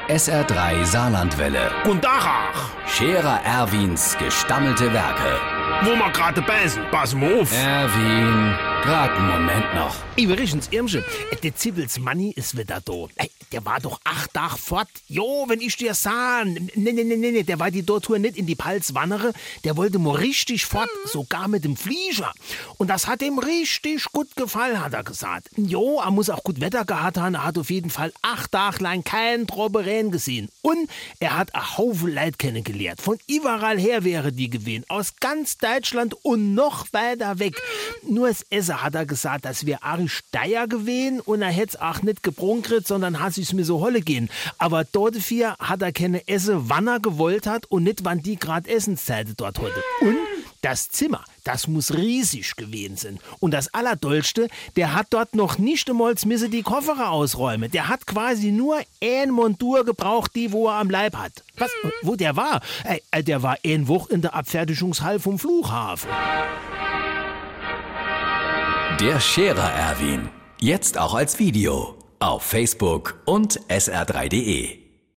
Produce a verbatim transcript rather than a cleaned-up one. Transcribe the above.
S R drei Saarlandwelle. Guten Tag. Scherer Erwins gestammelte Werke. Wo wir gerade beißen, pass mal auf. Erwin, grad einen Moment noch. Übrigens, Irmsche, der Zibbels Manni ist wieder da. Ey, der war doch acht Tage fort. Jo, wenn ich dir sah. Nee, nee, nee, nee, der war die Dortour nicht in die Palz wandere. Der wollte mal richtig fort, sogar mit dem Flieger. Und das hat ihm richtig gut gefallen, hat er gesagt. Jo, er muss auch gut Wetter gehabt haben. Er hat auf jeden Fall acht Tage lang keinen Troperen gesehen. Und er hat einen Haufen Leid kennengelernt. Von überall her wäre die gewesen. Aus ganz Deutschland und noch weiter weg. Nur das Essen hat er gesagt, das wäre arg steier gewesen und er hätte es auch nicht gebrunkert, sondern hat sich's mir so holle gehen. Aber dort dafür hat er keine Esse, wann er gewollt hat und nicht, wann die gerade Essenszeit dort hatte. Und das Zimmer, das muss riesig gewesen sein. Und das Allerdollste, der hat dort noch nicht einmal müsse die Koffer ausräumen. Der hat quasi nur eine Montur gebraucht, die wo er am Leib hat. Was? Wo der war? Ey, der war eine Woche in der Abfertigungshalle vom Flughafen. Der Scherer Erwin. Jetzt auch als Video. Auf Facebook und S R drei punkt de.